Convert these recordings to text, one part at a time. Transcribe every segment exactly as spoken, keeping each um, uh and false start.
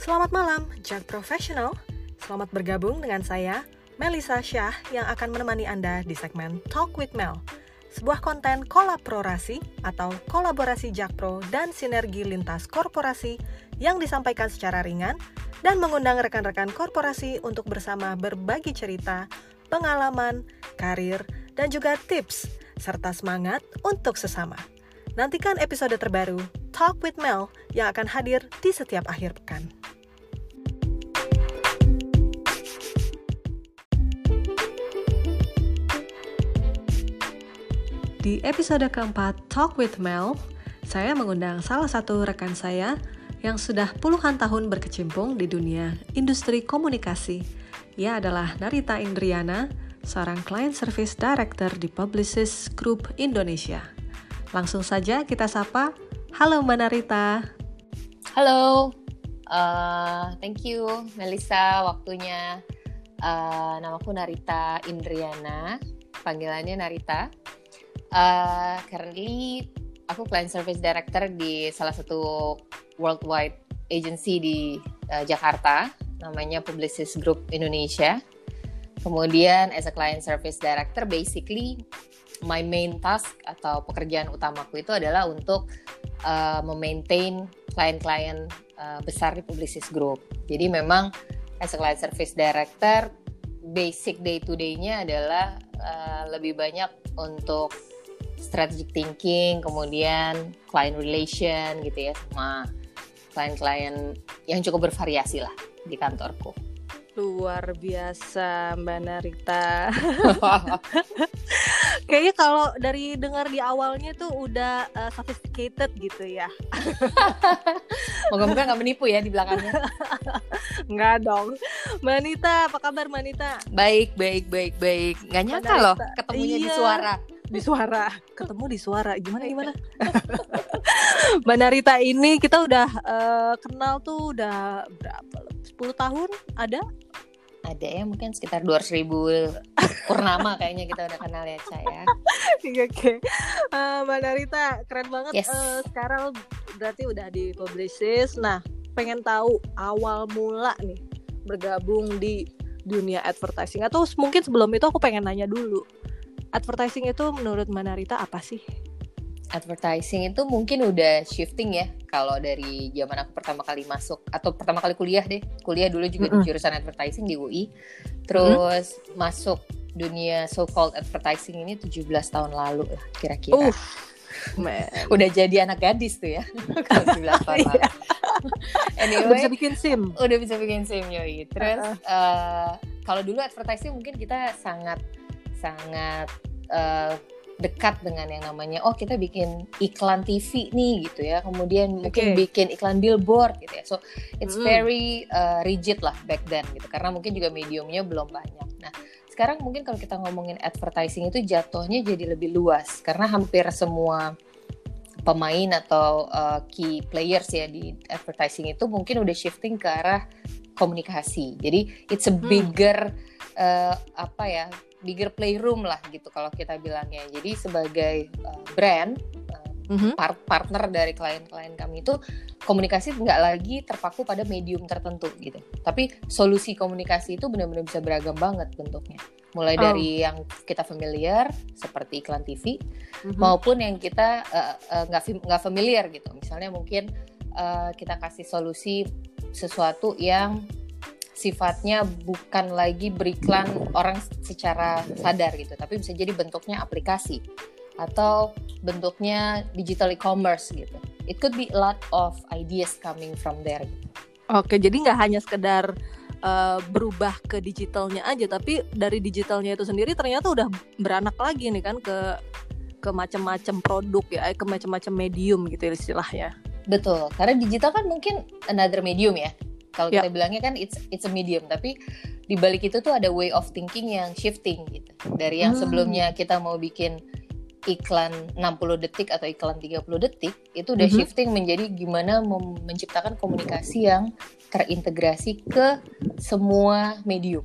Selamat malam, Jak Professional. Selamat bergabung dengan saya, Melissa Syah, yang akan menemani Anda di segmen Talk with Mel, sebuah konten kolaborasi atau kolaborasi Jakpro dan sinergi lintas korporasi yang disampaikan secara ringan dan mengundang rekan-rekan korporasi untuk bersama berbagi cerita, pengalaman, karir, dan juga tips, serta semangat untuk sesama. Nantikan episode terbaru Talk with Mel yang akan hadir di setiap akhir pekan. Di episode keempat Talk with Mel, saya mengundang salah satu rekan saya yang sudah puluhan tahun berkecimpung di dunia industri komunikasi. Ia adalah Narita Indriana, seorang Client Service Director di Publicis Group Indonesia. Langsung saja kita sapa. Halo Mbak Narita. Halo, uh, thank you Melissa waktunya. Uh, namaku Narita Indriana, panggilannya Narita. Uh, currently, aku Client Service Director di salah satu worldwide agency di uh, Jakarta, namanya Publicis Group Indonesia. Kemudian, as a Client Service Director, basically my main task atau pekerjaan utamaku itu adalah untuk uh, memaintain klien-klien uh, besar di Publicis Group. Jadi memang as a Client Service Director, basic day-to-day-nya adalah uh, lebih banyak untuk strategic thinking, kemudian client relation gitu ya, sama klien-klien yang cukup bervariasi lah di kantorku. Luar biasa Mbak Narita. Kayaknya kalau dari dengar di awalnya tuh udah uh, sophisticated gitu ya. Moga-moga gak menipu ya di belakangnya. Enggak dong. Mbak Nita, apa kabar Mbak Nita? Baik, baik, baik, baik. Gak nyangka loh ketemunya iya. di suara. Di suara, ketemu di suara, gimana gimana? Mbak Narita ini kita udah uh, kenal tuh udah berapa? sepuluh tahun ada? Ada ya, mungkin sekitar dua ratus ribu purnama kayaknya kita udah kenal ya, Ca ya. Oke, okay. uh, Mbak Narita keren banget. Yes. Uh, sekarang berarti udah di Publicis. Nah, pengen tahu awal mula nih bergabung di dunia advertising, atau mungkin sebelum itu aku pengen nanya dulu. Advertising itu menurut Mbak Narita apa sih? Advertising itu mungkin udah shifting ya. Kalau dari zaman aku pertama kali masuk atau pertama kali kuliah deh. Kuliah dulu juga mm-hmm. di jurusan advertising di U I. Terus mm-hmm. masuk dunia so-called advertising ini tujuh belas tahun lalu lah kira-kira. Uh, udah jadi anak gadis tuh ya. Kalau tujuh belas tahun lalu. Anyway, udah bisa bikin SIM. Udah bisa bikin SIM yoi. Terus uh-uh. uh, kalau dulu advertising mungkin kita sangat sangat uh, dekat dengan yang namanya oh kita bikin iklan T V nih gitu ya, kemudian mungkin okay. bikin iklan billboard gitu ya, so it's mm. very uh, rigid lah back then gitu, karena mungkin juga mediumnya belum banyak. Nah sekarang mungkin kalau kita ngomongin advertising itu jatuhnya jadi lebih luas, karena hampir semua pemain atau uh, key players ya di advertising itu mungkin udah shifting ke arah komunikasi, jadi it's a bigger mm. uh, apa ya bigger playroom lah gitu kalau kita bilangnya. Jadi sebagai uh, brand uh, mm-hmm. par- partner dari klien-klien kami itu komunikasi nggak lagi terpaku pada medium tertentu gitu. Tapi solusi komunikasi itu benar-benar bisa beragam banget bentuknya. Mulai oh. dari yang kita familiar seperti iklan T V mm-hmm. maupun yang kita nggak uh, uh, nggak familiar gitu. Misalnya mungkin uh, kita kasih solusi sesuatu yang sifatnya bukan lagi beriklan orang secara sadar gitu, tapi bisa jadi bentuknya aplikasi atau bentuknya digital e-commerce gitu. It could be a lot of ideas coming from there gitu. Oke, jadi nggak hanya sekedar uh, berubah ke digitalnya aja, tapi dari digitalnya itu sendiri ternyata udah beranak lagi nih kan ke ke macam-macam produk ya, ke macam-macam medium gitu istilahnya. Betul, karena digital kan mungkin another medium ya. Kalau yeah. kita bilangnya kan it's it's a medium, tapi di balik itu tuh ada way of thinking yang shifting gitu. Dari yang hmm. sebelumnya kita mau bikin iklan enam puluh detik atau iklan tiga puluh detik, itu udah mm-hmm. shifting menjadi gimana mem- menciptakan komunikasi yang terintegrasi ke semua medium.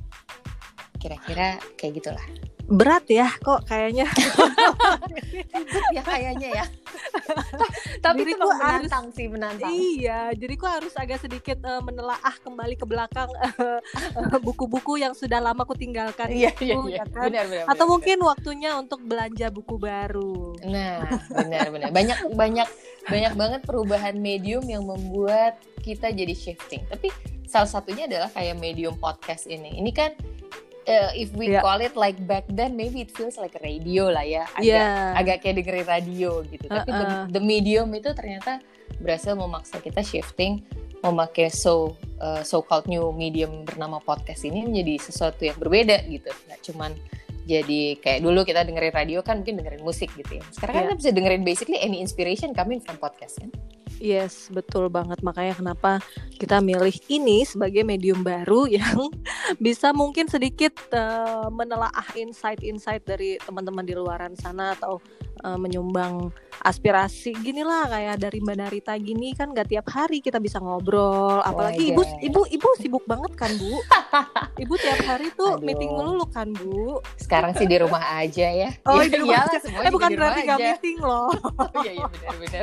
Kira-kira kayak gitulah. Berat ya kok kayaknya. Ribet ya kayaknya ya. Tapi itu Diriku memang harus- menantang sih, menantang. Iya, jadi aku harus agak sedikit uh, menelaah kembali ke belakang uh, uh, buku-buku yang sudah lama aku tinggalkan Iya, itu, iya, iya. ya kan? Benar, benar. Atau benar, mungkin waktunya untuk belanja buku baru. benar. Nah, benar-benar. Banyak, banyak, banyak banget perubahan medium yang membuat kita jadi shifting. Tapi salah satunya adalah kayak medium podcast ini. Ini kan uh, if we Yeah. call it like back then, maybe it feels like radio lah ya, agak Yeah. agak kayak dengerin radio gitu. Tapi the, Uh-uh. the medium itu ternyata berhasil memaksa kita shifting, memakai so uh, so called new medium bernama podcast ini menjadi sesuatu yang berbeda gitu. Nggak cuman jadi kayak dulu kita dengerin radio kan mungkin dengerin musik gitu ya. Sekarang kan Yeah. kita bisa dengerin basically any inspiration coming from podcast kan. Yes, betul banget. Makanya kenapa kita milih ini sebagai medium baru yang bisa mungkin sedikit uh, menelaah insight-insight dari teman-teman di luaran sana atau uh, menyumbang aspirasi. Ginilah kayak dari Mbak Narita gini kan gak tiap hari kita bisa ngobrol. Apalagi ibu, Wajar. ibu, ibu sibuk banget kan Bu? Ibu tiap hari tuh Aduh. meeting melulu kan Bu? Sekarang sih di rumah aja ya. Oh, Ya, di rumah iyalah, aja. semua Eh juga bukan di rumah berarti gak aja. meeting loh. Oh, iya, iya benar-benar.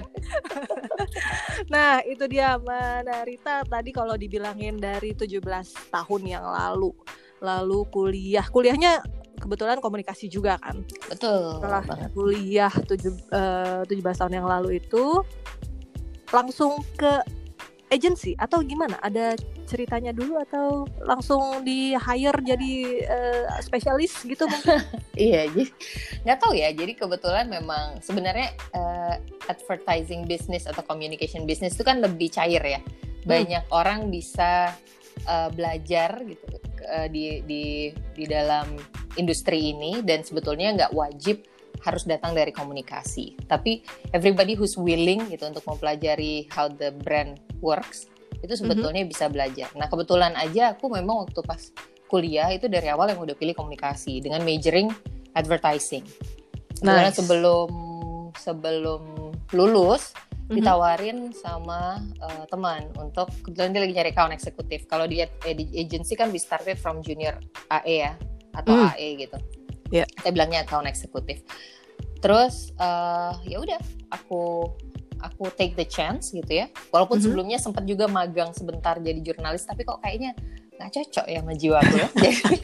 Nah, itu dia Mbak Narita tadi kalau dibilangin dari tujuh belas tahun yang lalu. Lalu kuliah. Kuliahnya kebetulan komunikasi juga kan. Betul Setelah banget. kuliah tujuh, eh, tujuh belas tahun yang lalu itu langsung ke agency atau gimana? Ada ceritanya dulu atau langsung di hire jadi eh, spesialis gitu mungkin? Iya, jadi nggak tahu ya. Jadi kebetulan memang sebenarnya uh, advertising business atau communication business itu kan lebih cair ya. Banyak hmm. orang bisa uh, belajar gitu uh, di di di dalam industri ini dan sebetulnya nggak wajib harus datang dari komunikasi. Tapi everybody who's willing gitu untuk mempelajari how the brand works itu sebetulnya mm-hmm. bisa belajar. Nah kebetulan aja aku memang waktu pas kuliah itu dari awal yang udah pilih komunikasi dengan majoring advertising. Karena nice. sebelum sebelum lulus mm-hmm. ditawarin sama uh, teman untuk kebetulan dia lagi nyari account eksekutif. Kalau di, di agency kan we started from junior A E ya atau mm. A E gitu. Yeah. Kita bilangnya account eksekutif. Terus uh, ya udah aku aku take the chance gitu ya. Walaupun mm-hmm. sebelumnya sempat juga magang sebentar jadi jurnalis, tapi kok kayaknya nggak cocok ya sama jiwa aku ya. Jadi,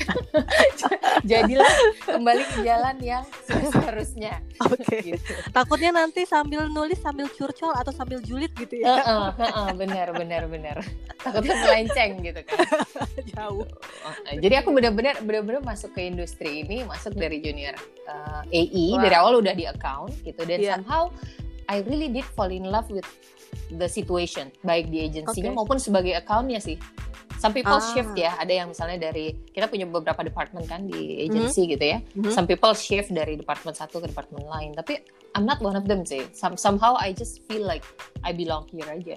jadilah kembali ke jalan yang seharusnya. Oke. Okay. Gitu. Takutnya nanti sambil nulis sambil curcol atau sambil julid gitu ya. Uh-uh, uh-uh, benar benar benar. Takutnya melenceng gitu kan. Jauh. Jadi aku benar-benar benar-benar masuk ke industri ini, masuk dari junior uh, A E, wow. dari awal udah di account gitu dan yeah. somehow I really did fall in love with the situation, baik di agensinya okay. maupun sebagai accountnya sih. Some people ah. shift ya, ada yang misalnya dari, kita punya beberapa department kan di agency mm-hmm. gitu ya. Mm-hmm. Some people shift dari department satu ke department lain, tapi I'm not one of them sih. Some, somehow I just feel like I belong here aja.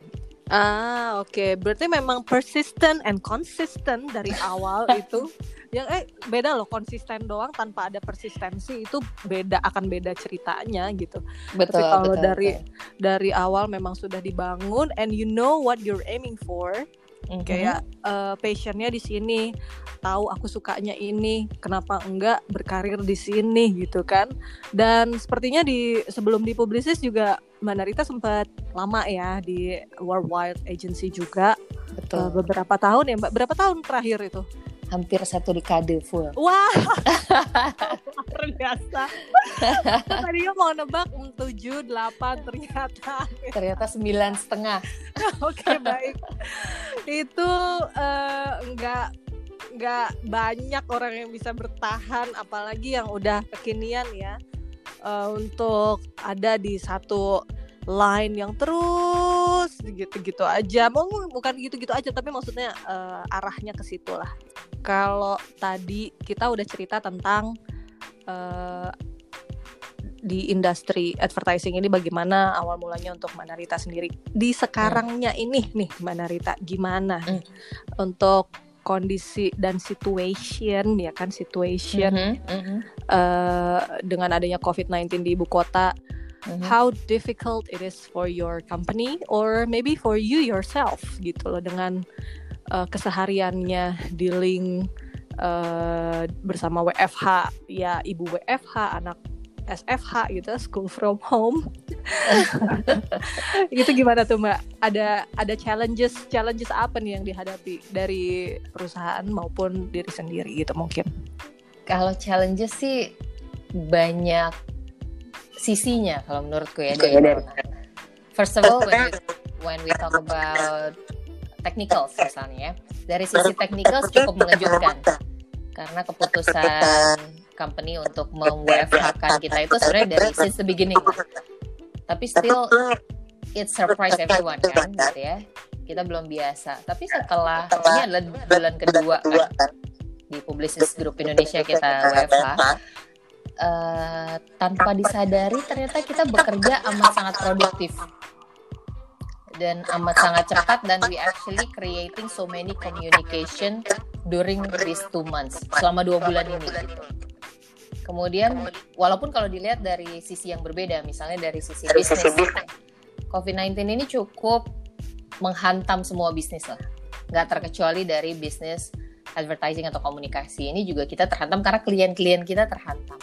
Ah oke, okay. Berarti memang persistent and consistent dari awal itu. Yang eh beda loh, konsisten doang tanpa ada persistensi itu beda, akan beda ceritanya gitu. Betul. Tapi kalau betul, dari betul. dari awal memang sudah dibangun and you know what you're aiming for. Mm-hmm. Kayak uh, passionnya di sini, tahu aku sukanya ini, kenapa enggak berkarir di sini gitu kan. Dan sepertinya di sebelum di Publicis juga Mbak Narita sempat lama ya di Worldwide Agency juga. Betul. Uh, beberapa tahun ya Mbak, berapa tahun terakhir itu? Hampir satu dekade full. Wah, luar biasa. Tadinya mau nebak tujuh, delapan, ternyata ternyata sembilan setengah. Oke, baik. Itu uh, nggak nggak banyak orang yang bisa bertahan, apalagi yang udah kekinian ya, uh, untuk ada di satu line yang terus gitu-gitu aja. Mau bukan gitu-gitu aja, tapi maksudnya uh, arahnya ke situ lah. Kalau tadi kita udah cerita tentang uh, di industri advertising ini bagaimana awal mulanya untuk Mbak Narita sendiri. Di sekarangnya hmm. ini nih Mbak Narita gimana hmm. untuk kondisi dan situation ya kan situation mm-hmm. Mm-hmm. Uh, dengan adanya covid sembilan belas di ibu kota. Mm-hmm. How difficult it is for your company or maybe for you yourself gitu loh dengan uh, kesehariannya dealing uh, bersama W F H ya, ibu W F H, anak S F H gitu, school from home. Itu gimana tuh Mbak? Ada ada challenges challenges apa nih yang dihadapi dari perusahaan maupun diri sendiri gitu mungkin? Kalau challenges sih banyak sisinya kalau menurutku ya dari corona. First of all, when we, when we talk about technicals misalnya ya, dari sisi technicals cukup mengejutkan karena keputusan company untuk mem-W F H-kan kita itu sebenarnya dari since the beginning lah. Tapi still it surprise everyone kan gitu ya. Kita belum biasa. Tapi setelah ini adalah bulan kedua kan di Publicis Group Indonesia kita W F H, uh, tanpa disadari ternyata kita bekerja amat sangat produktif dan amat sangat cepat, dan we actually creating so many communication during these two months selama dua bulan ini gitu. Kemudian walaupun kalau dilihat dari sisi yang berbeda, misalnya dari sisi bisnis, covid sembilan belas ini cukup menghantam semua bisnis lah, nggak terkecuali dari bisnis advertising atau komunikasi. Ini juga kita terhantam karena klien-klien kita terhantam.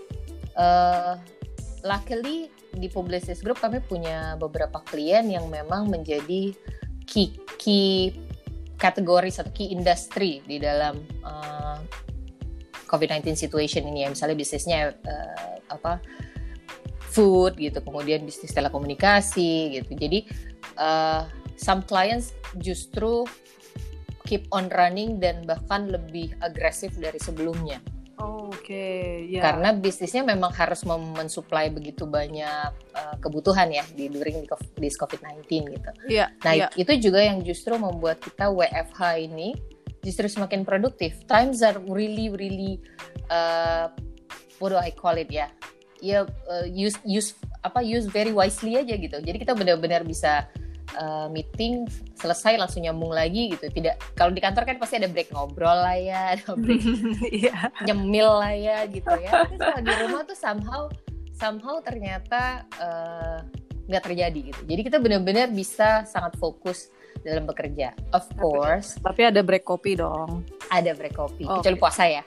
Uh, luckily di Publicis Group kami punya beberapa klien yang memang menjadi key, key kategori atau key industry di dalam uh, covid sembilan belas situation ini ya. Misalnya bisnisnya uh, apa food gitu, kemudian bisnis telekomunikasi gitu. Jadi uh, some clients justru keep on running dan bahkan lebih agresif dari sebelumnya. Oh, Oke, okay. yeah. Karena bisnisnya memang harus mensuplai begitu banyak uh, kebutuhan ya di during this covid sembilan belas gitu. Yeah, nah yeah. itu juga yang justru membuat kita W F H ini justru semakin produktif. Times are really really uh, what do I call it ya? Ya uh, use use apa use very wisely aja gitu. Jadi kita benar-benar bisa Uh, meeting selesai langsung nyambung lagi gitu. Tidak, kalau di kantor kan pasti ada break ngobrol lah ya, ada break yeah. nyemil lah ya gitu ya. Tapi kalau di rumah tuh somehow somehow ternyata nggak uh, terjadi gitu. Jadi kita benar-benar bisa sangat fokus dalam bekerja. Of course. Tapi ada break kopi dong. Ada break kopi. Oh, kecuali okay. puasa ya.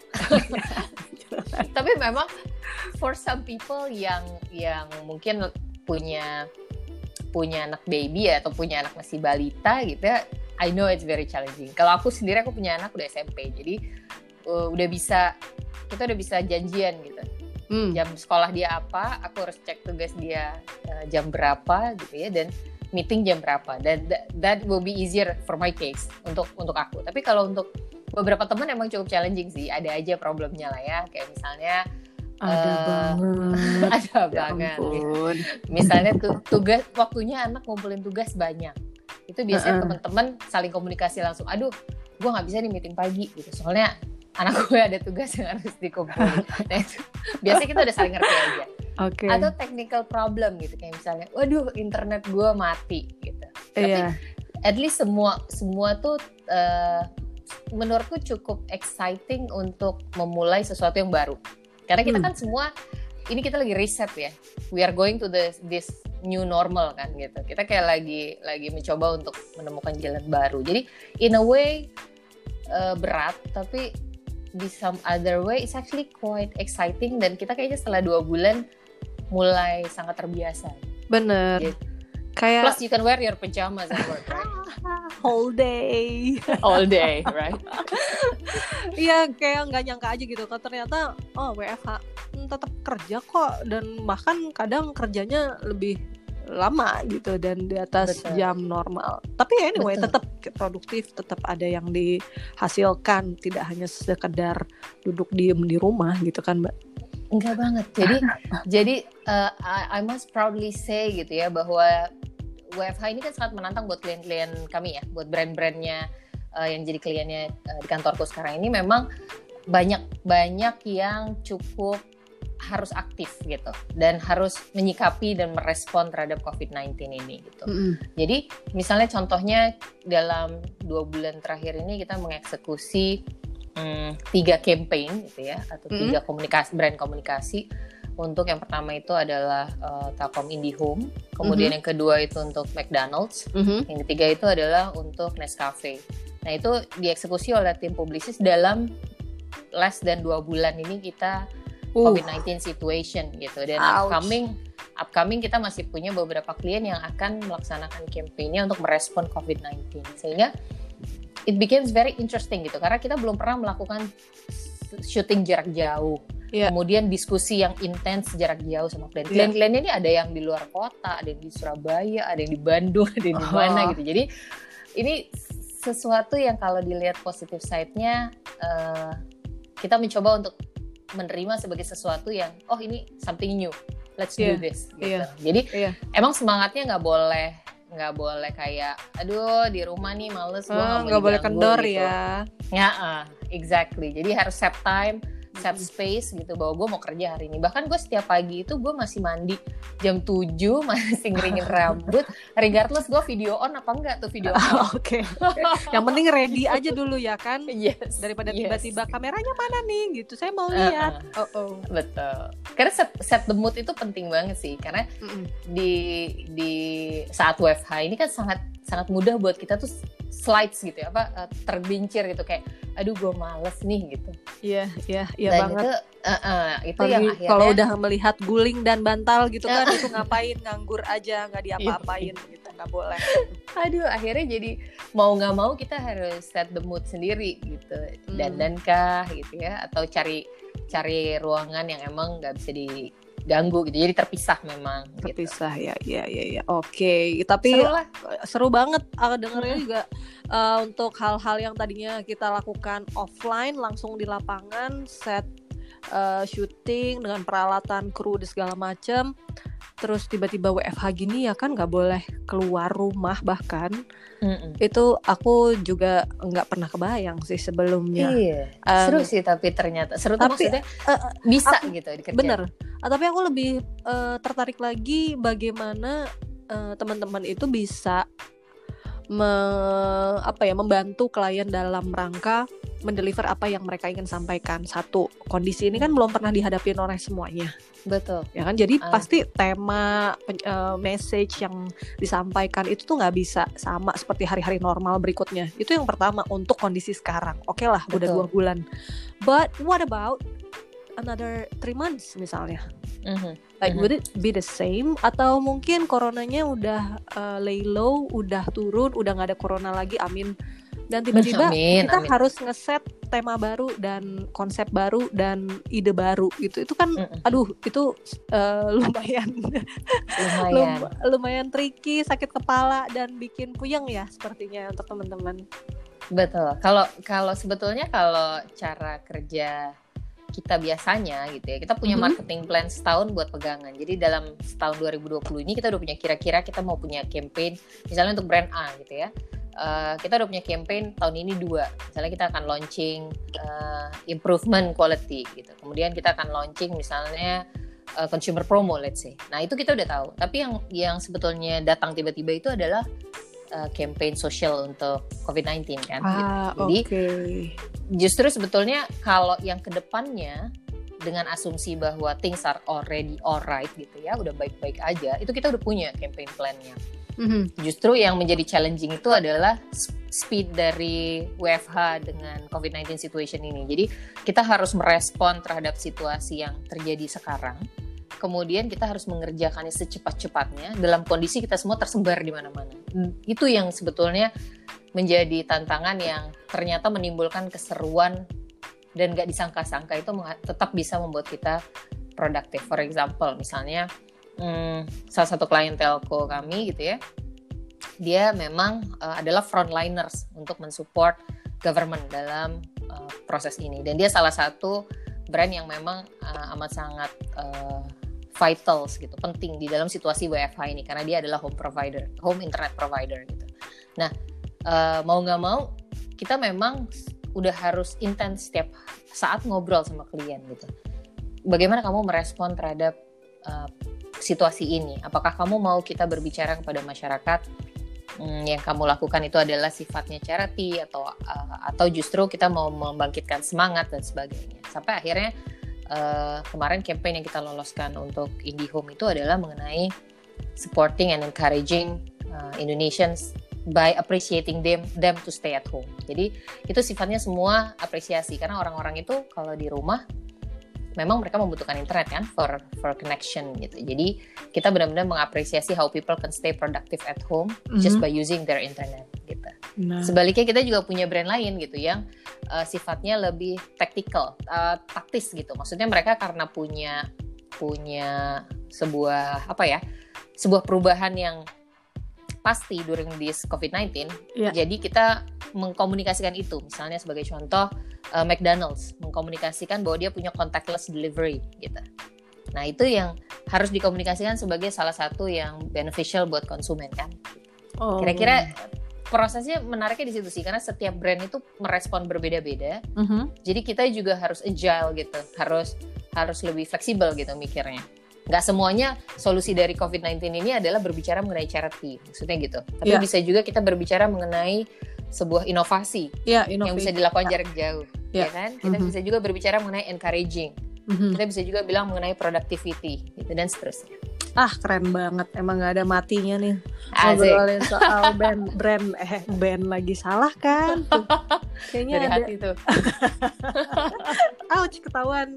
Tapi memang for some people yang yang mungkin punya punya anak baby ya, atau punya anak masih balita gitu ya, I know it's very challenging. Kalau aku sendiri, aku punya anak udah S M P, jadi uh, udah bisa, kita udah bisa janjian gitu. Hmm. Jam sekolah dia apa, aku harus cek tugas dia uh, jam berapa gitu ya, dan meeting jam berapa. Dan that, that will be easier for my case untuk untuk aku. Tapi kalau untuk beberapa teman emang cukup challenging sih, ada aja problemnya lah ya, kayak misalnya ada uh, banget ada banget gitu. Misalnya tu- tugas waktunya anak ngumpulin tugas banyak, itu biasanya uh-uh. teman-teman saling komunikasi langsung, aduh gue nggak bisa nih meeting pagi gitu soalnya anak gue ada tugas yang harus dikumpulin. Nah itu biasanya kita udah saling ngerti aja. Okay. Atau technical problem gitu, kayak misalnya waduh internet gue mati gitu. Yeah. Tapi at least semua semua tuh uh, menurutku cukup exciting untuk memulai sesuatu yang baru. Karena kita kan hmm. semua, ini kita lagi riset ya, we are going to the, this new normal kan gitu. Kita kayak lagi lagi mencoba untuk menemukan jalan baru. Jadi in a way uh, berat, tapi di some other way it's actually quite exciting, dan kita kayaknya setelah dua bulan mulai sangat terbiasa. Bener. Gitu. Kayak plus you can wear your pajamas at work, right? All day. All day, right? Iya, kayak nggak nyangka aja gitu. Kalau ternyata, oh W F H tetap kerja kok, dan bahkan kadang kerjanya lebih lama gitu dan di atas Betul. jam normal. Tapi anyway, Betul. tetap produktif, tetap ada yang dihasilkan, tidak hanya sekedar duduk diem di rumah gitu kan, Mbak? Enggak banget. Jadi, jadi uh, I, I must proudly say gitu ya, bahwa W F H ini kan sangat menantang buat klien-klien kami ya, buat brand-brandnya uh, yang jadi kliennya uh, di kantorku sekarang ini. Memang banyak-banyak yang cukup harus aktif gitu, dan harus menyikapi dan merespon terhadap covid sembilan belas ini gitu. Mm-hmm. Jadi misalnya contohnya dalam dua bulan terakhir ini kita mengeksekusi hmm, tiga campaign gitu ya, atau mm-hmm. tiga komunikasi brand komunikasi. Untuk yang pertama itu adalah uh, Telkom IndiHome, kemudian mm-hmm. yang kedua itu untuk McDonald's, mm-hmm. yang ketiga itu adalah untuk Nescafe. Nah itu dieksekusi oleh tim Publicis dalam less than dua bulan ini kita uh. covid sembilan belas situation gitu, dan Ouch. coming upcoming kita masih punya beberapa klien yang akan melaksanakan campaign-nya untuk merespon covid sembilan belas. Sehingga it becomes very interesting gitu, karena kita belum pernah melakukan syuting jarak jauh. Yeah. Kemudian diskusi yang intens jarak jauh sama klien. Yeah. Klien-kliennya ini ada yang di luar kota, ada yang di Surabaya, ada yang di Bandung, ada yang di mana oh. gitu. Jadi ini sesuatu yang kalau dilihat positif side-nya, uh, kita mencoba untuk menerima sebagai sesuatu yang oh ini something new, let's yeah. do this. Gitu. Yeah. Jadi yeah. emang semangatnya nggak boleh nggak boleh kayak aduh di rumah nih males, oh, nggak boleh kendor gitu. Ya. Ya, uh, exactly. Jadi harus save time, save space gitu, bahwa gue mau kerja hari ini. Bahkan gue setiap pagi itu gue masih mandi jam tujuh, masih ngeringin rambut, regardless gue video on apa enggak tuh video on. Oke. Okay. Yang penting ready aja dulu ya kan. Yes. Daripada yes. tiba-tiba kameranya mana nih gitu, saya mau lihat. Uh-uh. Oh oh. Betul. Karena set, set the mood itu penting banget sih, karena Mm-mm. di di saat W F H ini kan sangat sangat mudah buat kita tuh slides gitu ya, apa terbincir gitu kayak aduh gue males nih gitu. Iya, iya, iya banget. Itu, uh, uh, itu yang akhirnya kalau udah melihat guling dan bantal gitu kan itu ngapain, nganggur aja, nggak diapa-apain gitu, nggak boleh. Aduh, akhirnya jadi mau nggak mau kita harus set the mood sendiri gitu, hmm. dandankah gitu ya, atau cari cari ruangan yang emang nggak bisa diganggu gitu, jadi terpisah memang. Terpisah gitu. ya, ya, ya, ya. Oke, tapi seru, lah. seru banget. Aku dengernya hmm. juga uh, untuk hal-hal yang tadinya kita lakukan offline langsung di lapangan, set uh, syuting dengan peralatan kru dan segala macam. Terus tiba-tiba W F H gini ya kan nggak boleh keluar rumah bahkan. Mm-mm. Itu aku juga nggak pernah kebayang sih sebelumnya. Iya. Um, seru sih tapi ternyata seru tuh maksudnya uh, bisa aku, gitu dikerjain. Bener. Uh, tapi aku lebih uh, tertarik lagi bagaimana uh, teman-teman itu bisa me, apa ya membantu klien dalam rangka mendeliver apa yang mereka ingin sampaikan. Satu, kondisi ini kan belum pernah dihadapin oleh semuanya. Betul. Ya kan, jadi uh. pasti tema uh, message yang disampaikan itu tuh nggak bisa sama seperti hari-hari normal berikutnya. Itu yang pertama untuk kondisi sekarang. Oke okay lah, Betul. Udah dua bulan. But what about another three months misalnya? Mm-hmm. Like mm-hmm. would it be the same? Atau mungkin coronanya udah uh, lay low, udah turun, udah nggak ada corona lagi, amin. Dan tiba-tiba amin, kita amin. harus ngeset tema baru dan konsep baru dan ide baru gitu. Itu kan Mm-mm. aduh itu uh, lumayan lumayan lum- lumayan tricky, sakit kepala dan bikin puyeng ya sepertinya untuk teman-teman. Betul. Kalau kalau sebetulnya kalau cara kerja kita biasanya gitu ya, kita punya mm-hmm. marketing plan setahun buat pegangan. Jadi dalam setahun dua ribu dua puluh ini kita udah punya kira-kira kita mau punya campaign misalnya untuk brand A gitu ya. Uh, kita udah punya campaign tahun ini dua, misalnya kita akan launching uh, improvement quality gitu, kemudian kita akan launching misalnya uh, consumer promo let's say. Nah itu kita udah tahu, tapi yang yang sebetulnya datang tiba-tiba itu adalah uh, campaign social untuk covid sembilan belas kan. Ah, gitu. Jadi okay. justru sebetulnya kalau yang kedepannya dengan asumsi bahwa things are already alright gitu ya, udah baik-baik aja, itu kita udah punya campaign plan-nya. Mm-hmm. Justru yang menjadi challenging itu adalah speed dari W F H dengan covid sembilan belas situation ini. Jadi kita harus merespon terhadap situasi yang terjadi sekarang. Kemudian kita harus mengerjakannya secepat-cepatnya dalam kondisi kita semua tersebar di mana-mana. Itu yang sebetulnya menjadi tantangan yang ternyata menimbulkan keseruan dan gak disangka-sangka itu tetap bisa membuat kita produktif. For example, misalnya Hmm, salah satu klien telco kami gitu ya, dia memang uh, adalah frontliners untuk mensupport government dalam uh, proses ini, dan dia salah satu brand yang memang uh, amat sangat uh, vital gitu, penting di dalam situasi W F H ini karena dia adalah home provider, home internet provider gitu. Nah uh, mau nggak mau kita memang udah harus intens setiap saat ngobrol sama klien gitu. Bagaimana kamu merespon terhadap uh, situasi ini? Apakah kamu mau kita berbicara kepada masyarakat hmm, yang kamu lakukan itu adalah sifatnya charity atau uh, atau justru kita mau membangkitkan semangat dan sebagainya. Sampai akhirnya uh, kemarin campaign yang kita loloskan untuk IndiHome itu adalah mengenai supporting and encouraging uh, Indonesians by appreciating them them to stay at home. Jadi itu sifatnya semua apresiasi karena orang-orang itu kalau di rumah memang mereka membutuhkan internet kan for for connection gitu. Jadi kita benar-benar mengapresiasi how people can stay productive at home mm-hmm. just by using their internet gitu. Nah. Sebaliknya kita juga punya brand lain gitu yang uh, sifatnya lebih tactical, uh, taktis gitu. Maksudnya mereka karena punya punya sebuah apa ya? sebuah perubahan yang pasti during this covid sembilan belas. Yeah. Jadi kita mengkomunikasikan itu. Misalnya sebagai contoh uh, McDonald's mengkomunikasikan bahwa dia punya contactless delivery gitu. Nah, itu yang harus dikomunikasikan sebagai salah satu yang beneficial buat konsumen kan. Oh. Kira-kira prosesnya menariknya di situ sih, karena setiap brand itu merespon berbeda-beda. Uh-huh. Jadi kita juga harus agile gitu. Harus harus lebih fleksibel gitu mikirnya. Nggak semuanya solusi dari covid sembilan belas ini adalah berbicara mengenai charity, maksudnya gitu. Tapi yeah. bisa juga kita berbicara mengenai sebuah inovasi yeah, yang bisa dilakukan jarak jauh, yeah. ya kan? Kita mm-hmm. bisa juga berbicara mengenai encouraging, mm-hmm. kita bisa juga bilang mengenai productivity, gitu dan seterusnya. Ah, keren banget, emang nggak ada matinya nih ngobrolin soal band, brand, eh band lagi salah kan? Tuh. Kayaknya dari ada... hati tuh. Ouch, ketahuan.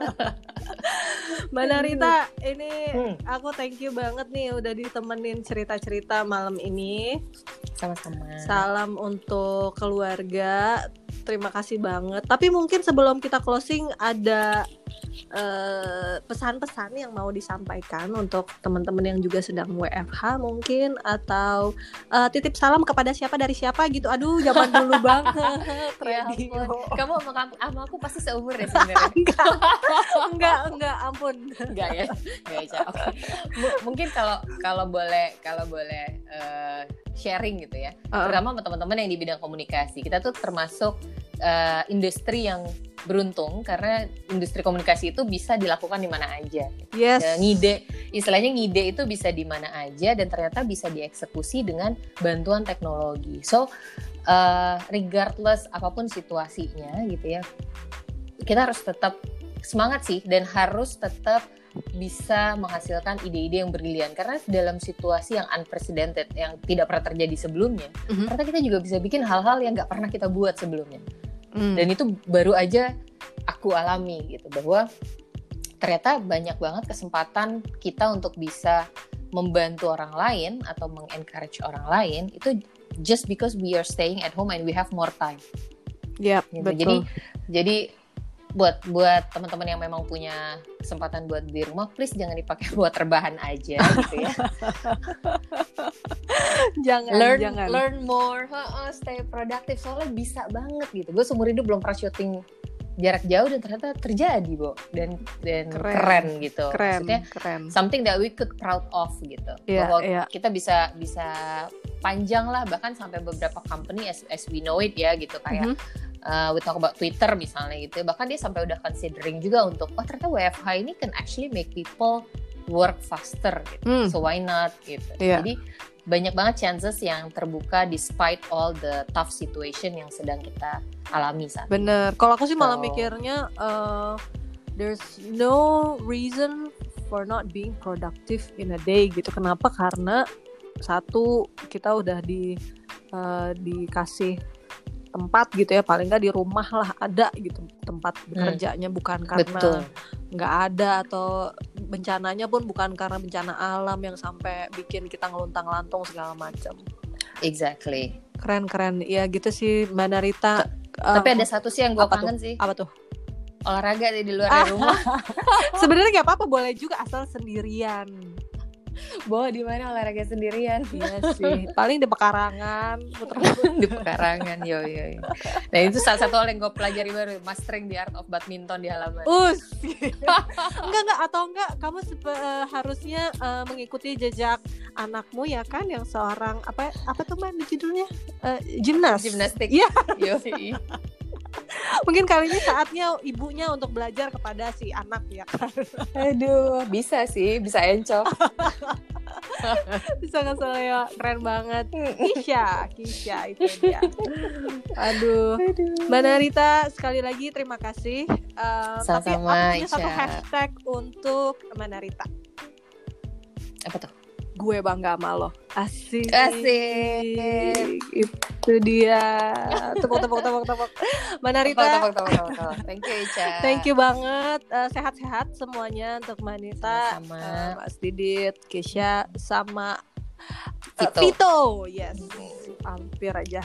Mbak Narita, ini hmm. aku thank you banget nih udah ditemenin cerita-cerita malam ini. Sama-sama. Salam untuk keluarga. Terima kasih banget. Tapi mungkin sebelum kita closing ada uh, pesan-pesan yang mau disampaikan untuk teman-teman yang juga sedang W F H mungkin, atau uh, titip salam kepada siapa dari siapa gitu. Aduh, zaman dulu banget. Ya ampun. Kamu sama, sama aku pasti seumur ya sebenarnya. enggak, enggak, enggak, ampun. Enggak ya, enggak ya. Oke. M- mungkin kalau kalau boleh kalau boleh uh, sharing gitu ya. Uh-uh. Terutama sama teman-teman yang di bidang komunikasi. Kita tuh termasuk uh, industri yang beruntung karena industri komunikasi itu bisa dilakukan di mana aja. Yes. Ya, ngide, istilahnya ngide itu bisa di mana aja dan ternyata bisa dieksekusi dengan bantuan teknologi. So, uh, regardless apapun situasinya gitu ya, kita harus tetap semangat sih dan harus tetap bisa menghasilkan ide-ide yang brilian, karena dalam situasi yang unprecedented yang tidak pernah terjadi sebelumnya, mm-hmm. ternyata kita juga bisa bikin hal-hal yang nggak pernah kita buat sebelumnya. Mm. Dan itu baru aja aku alami gitu, bahwa ternyata banyak banget kesempatan kita untuk bisa membantu orang lain atau mengencourage orang lain itu just because we are staying at home and we have more time. Yep, gitu. betul. Jadi jadi buat buat teman-teman yang memang punya kesempatan buat di rumah, please jangan dipakai buat rebahan aja gitu ya. jangan learn jangan learn more, uh, stay productive, soalnya bisa banget gitu. Gue seumur hidup belum pernah syuting jarak jauh dan ternyata terjadi, Bo, dan dan keren, keren gitu. Keren, maksudnya keren. Something that we could proud of gitu. Yeah, bahwa yeah. kita bisa bisa panjang lah, bahkan sampai beberapa company as, as we know it ya gitu, kayak mm-hmm. Uh, we talk about Twitter misalnya gitu, bahkan dia sampai udah considering juga untuk oh ternyata W F H ini can actually make people work faster gitu, mm. so why not gitu. Yeah. Jadi banyak banget chances yang terbuka despite all the tough situation yang sedang kita alami saat ini. Bener, kalau aku sih malah so, mikirnya uh, there's no reason for not being productive in a day gitu. Kenapa? Karena satu, kita udah di uh, dikasih tempat gitu ya, paling nggak di rumah lah ada gitu tempat bekerjanya, hmm. bukan karena nggak ada, atau bencananya pun bukan karena bencana alam yang sampai bikin kita ngeluntang-lantung segala macam. Exactly. Keren-keren ya gitu sih Mbak Narita. Tapi um, ada satu sih yang gue kangen tuh? sih. Apa tuh? Olahraga di luar dari rumah. Sebenarnya nggak apa-apa, boleh juga asal sendirian. Bawa di mana olahraga sendirian? Iya sih, paling di pekarangan, di pekarangan, yo yo. yo. Nah itu salah satu hal yang gue pelajari baru, mastering the art of badminton di halaman. Us, enggak enggak atau enggak, kamu sepe, uh, harusnya uh, mengikuti jejak anakmu ya kan, yang seorang apa apa tuh man judulnya uh, gimnas, gimnastik. Iya. Yo. Mungkin kali ini saatnya ibunya untuk belajar kepada si anak ya kan. Aduh, bisa sih, bisa encok. Bisa ngeselio, keren banget. Kisha, Kisha itu dia. Aduh. Aduh. Mbak Narita, sekali lagi terima kasih. Uh, tapi aku punya satu hashtag untuk Mbak Narita. Apa tuh? gue bangga sama lo. Asik. Asik. Itu dia. Tepuk tepuk tepuk tepuk. Mbak Narita. Tepuk, tepuk, tepuk, tepuk. Thank you Ica. Thank you banget. Uh, sehat-sehat semuanya untuk Mbak Nita, sama uh, Mas Didit, Kesha, sama uh, Vito. Vito. Yes. Hampir aja.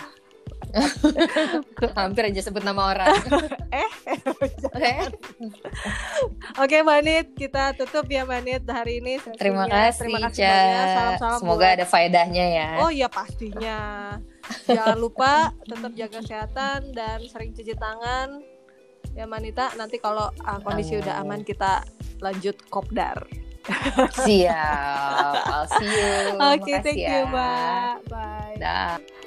Hampir aja sebut nama orang. eh. eh. Oke Mbak Nit, kita tutup ya Mbak Nit hari ini. Terima kasih, Terima kasih Ica. banyak. Salam-salam. Semoga buat... ada faedahnya ya. Oh iya pastinya. Jangan lupa tetap jaga kesehatan dan sering cuci tangan. Ya Mbak Nita, nanti kalau uh, kondisi amin. Udah aman kita lanjut kopdar. Siap. I'll see you. Oke, okay, thank ya. you Mbak. Bye. Dah.